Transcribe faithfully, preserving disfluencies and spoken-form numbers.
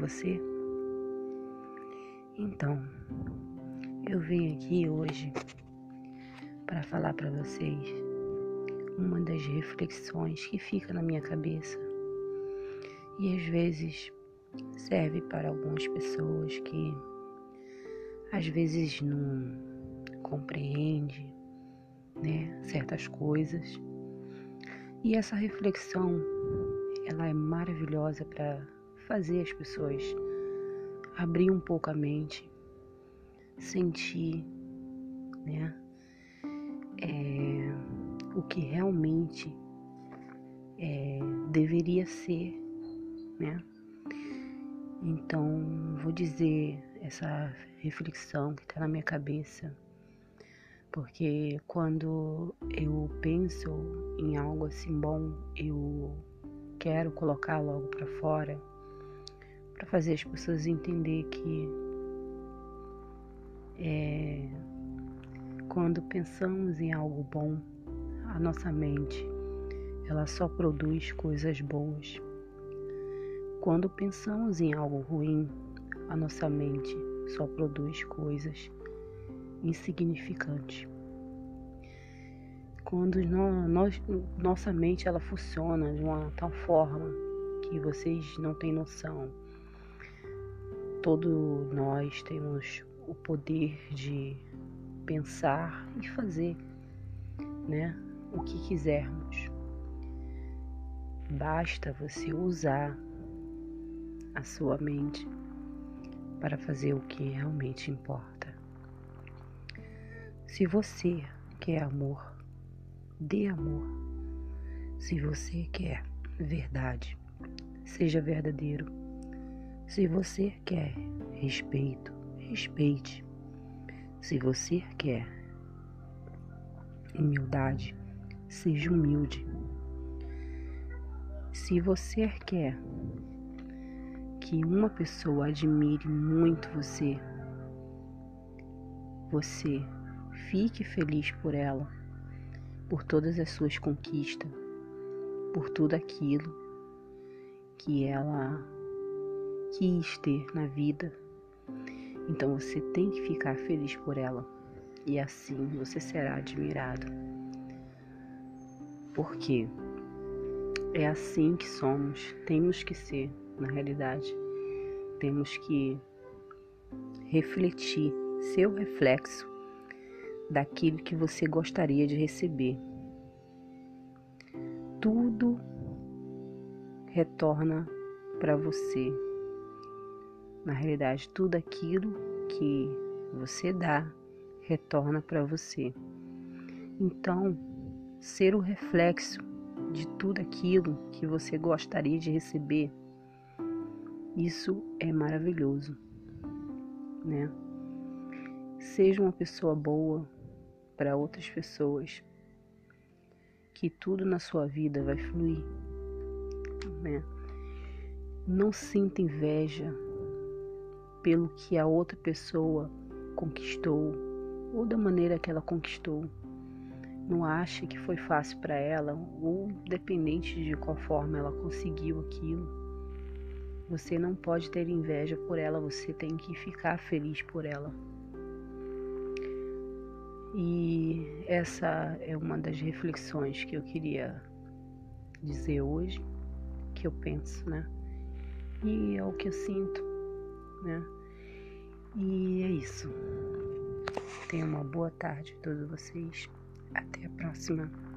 você? Então, eu vim aqui hoje para falar para vocês uma das reflexões que fica na minha cabeça e às vezes serve para algumas pessoas que às vezes não compreende, né, certas coisas. E essa reflexão, ela é maravilhosa para fazer as pessoas abrir um pouco a mente, sentir, né, é, o que realmente é, deveria ser, né? Então, vou dizer essa reflexão que está na minha cabeça, porque quando eu penso em algo assim bom, eu quero colocar logo para fora, para fazer as pessoas entender que é, quando pensamos em algo bom, a nossa mente, ela só produz coisas boas. Quando pensamos em algo ruim, a nossa mente só produz coisas insignificantes. Quando nós, nós, nossa mente ela funciona de uma tal forma que vocês não têm noção. Todos nós temos o poder de pensar e fazer, né, o que quisermos. Basta você usar a sua mente para fazer o que realmente importa. Se você quer amor, dê amor. Se você quer verdade, seja verdadeiro. Se você quer respeito, respeite. Se você quer humildade, seja humilde. Se você quer que uma pessoa admire muito você, você fique feliz por ela, por todas as suas conquistas, por tudo aquilo que ela quis ter na vida. Então você tem que ficar feliz por ela e assim você será admirado. Porque é assim que somos, temos que ser, na realidade. Temos que refletir, ser o reflexo daquilo que você gostaria de receber. Tudo retorna para você. Na realidade, tudo aquilo que você dá retorna para você. Então, ser o reflexo de tudo aquilo que você gostaria de receber, isso é maravilhoso, né? Seja uma pessoa boa para outras pessoas, que tudo na sua vida vai fluir, né? Não sinta inveja pelo que a outra pessoa conquistou ou da maneira que ela conquistou. Não ache que foi fácil para ela ou dependente de qual forma ela conseguiu aquilo. Você não pode ter inveja por ela, você tem que ficar feliz por ela. E essa é uma das reflexões que eu queria dizer hoje, que eu penso, né? E é o que eu sinto, né? E é isso. Tenham uma boa tarde a todos vocês. Até a próxima.